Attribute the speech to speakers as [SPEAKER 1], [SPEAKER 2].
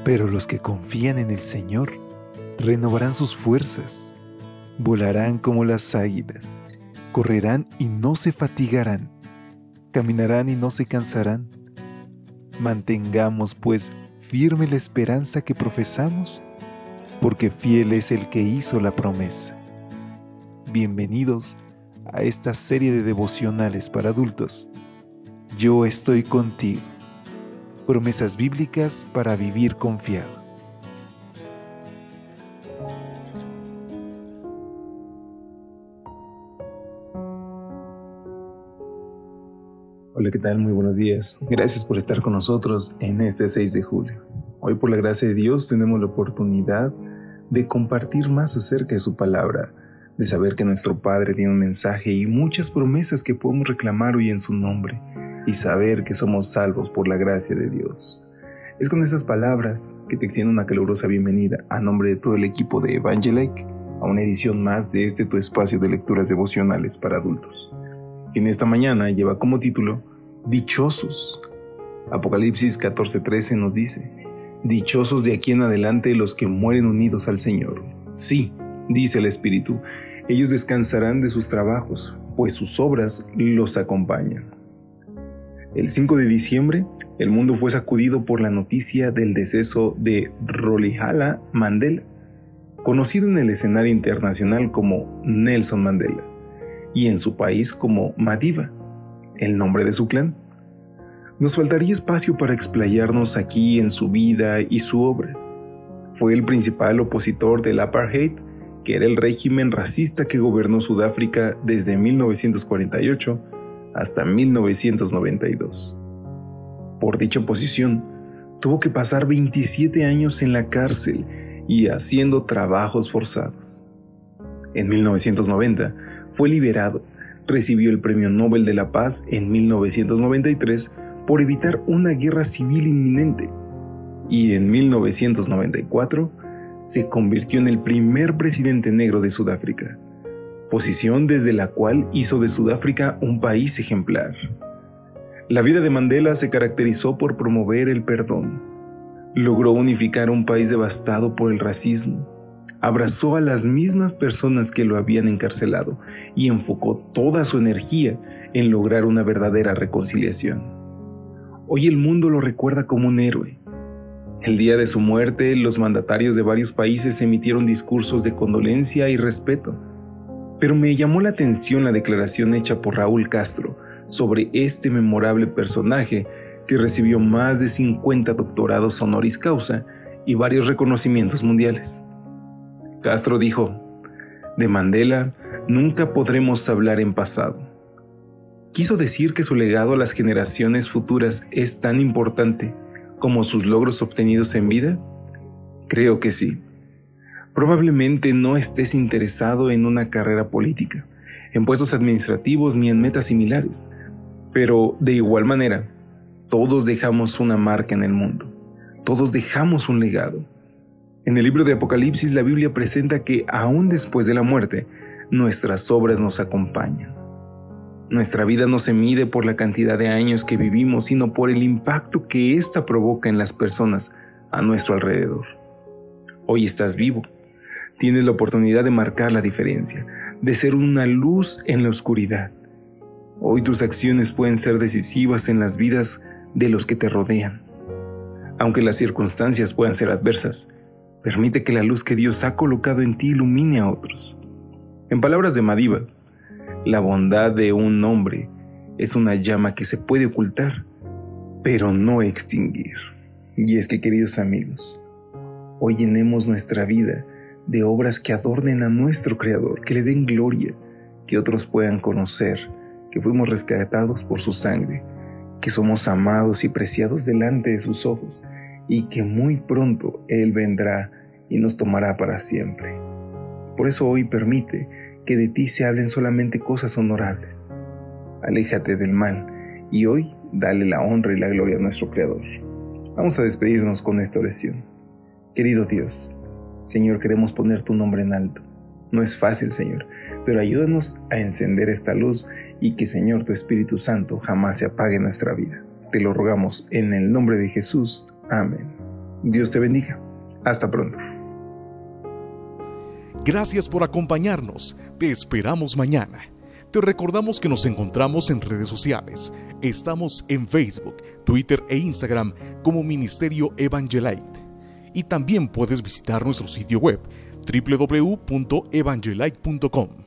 [SPEAKER 1] Pero los que confían en el Señor renovarán sus fuerzas, volarán como las águilas, correrán y no se fatigarán, caminarán y no se cansarán. Mantengamos, pues, firme la esperanza que profesamos, porque fiel es el que hizo la promesa. Bienvenidos a esta serie de devocionales para adultos. Yo estoy contigo. Promesas bíblicas para vivir confiado.
[SPEAKER 2] Hola, ¿qué tal? Muy buenos días. Gracias por estar con nosotros en este 6 de julio. Hoy, por la gracia de Dios, tenemos la oportunidad de compartir más acerca de su palabra, de saber que nuestro Padre tiene un mensaje y muchas promesas que podemos reclamar hoy en su nombre, y saber que somos salvos por la gracia de Dios. Es con esas palabras que te extiendo una calurosa bienvenida a nombre de todo el equipo de Evangelike a una edición más de este tu espacio de lecturas devocionales para adultos. En esta mañana lleva como título Dichosos. Apocalipsis 14:13 nos dice: Dichosos de aquí en adelante los que mueren unidos al Señor. Sí, dice el Espíritu, ellos descansarán de sus trabajos, pues sus obras los acompañan. El 5 de diciembre, el mundo fue sacudido por la noticia del deceso de Rolihlahla Mandela, conocido en el escenario internacional como Nelson Mandela, y en su país como Madiba, el nombre de su clan. Nos faltaría espacio para explayarnos aquí en su vida y su obra. Fue el principal opositor del apartheid, que era el régimen racista que gobernó Sudáfrica desde 1948 hasta 1992. Por dicha oposición, tuvo que pasar 27 años en la cárcel y haciendo trabajos forzados. En 1990 fue liberado, recibió el Premio Nobel de la Paz en 1993 por evitar una guerra civil inminente, y en 1994 se convirtió en el primer presidente negro de Sudáfrica, posición desde la cual hizo de Sudáfrica un país ejemplar. La vida de Mandela se caracterizó por promover el perdón. Logró unificar un país devastado por el racismo. Abrazó a las mismas personas que lo habían encarcelado y enfocó toda su energía en lograr una verdadera reconciliación. Hoy el mundo lo recuerda como un héroe. El día de su muerte, los mandatarios de varios países emitieron discursos de condolencia y respeto. Pero me llamó la atención la declaración hecha por Raúl Castro sobre este memorable personaje que recibió más de 50 doctorados honoris causa y varios reconocimientos mundiales. Castro dijo: de Mandela nunca podremos hablar en pasado. ¿Quiso decir que su legado a las generaciones futuras es tan importante como sus logros obtenidos en vida? Creo que sí. Probablemente no estés interesado en una carrera política, en puestos administrativos ni en metas similares, pero de igual manera, todos dejamos una marca en el mundo. Todos dejamos un legado. En el libro de Apocalipsis, la Biblia presenta que aún después de la muerte, nuestras obras nos acompañan. Nuestra vida no se mide por la cantidad de años que vivimos, sino por el impacto que ésta provoca en las personas a nuestro alrededor. Hoy estás vivo. Tienes la oportunidad de marcar la diferencia, de ser una luz en la oscuridad. Hoy tus acciones pueden ser decisivas en las vidas de los que te rodean. Aunque las circunstancias puedan ser adversas, permite que la luz que Dios ha colocado en ti ilumine a otros. En palabras de Madiba, la bondad de un hombre es una llama que se puede ocultar, pero no extinguir. Y es que, queridos amigos, hoy llenemos nuestra vida de obras que adornen a nuestro Creador, que le den gloria, que otros puedan conocer que fuimos rescatados por su sangre, que somos amados y preciados delante de sus ojos, y que muy pronto Él vendrá y nos tomará para siempre. Por eso hoy permite que de ti se hablen solamente cosas honorables. Aléjate del mal y hoy dale la honra y la gloria a nuestro Creador. Vamos a despedirnos con esta oración. Querido Dios, Señor, queremos poner tu nombre en alto. No es fácil, Señor, pero ayúdanos a encender esta luz y que, Señor, tu Espíritu Santo jamás se apague en nuestra vida. Te lo rogamos en el nombre de Jesús. Amén. Dios te bendiga. Hasta pronto.
[SPEAKER 3] Gracias por acompañarnos. Te esperamos mañana. Te recordamos que nos encontramos en redes sociales. Estamos en Facebook, Twitter e Instagram como Ministerio Evangelite. Y también puedes visitar nuestro sitio web www.evangelite.com.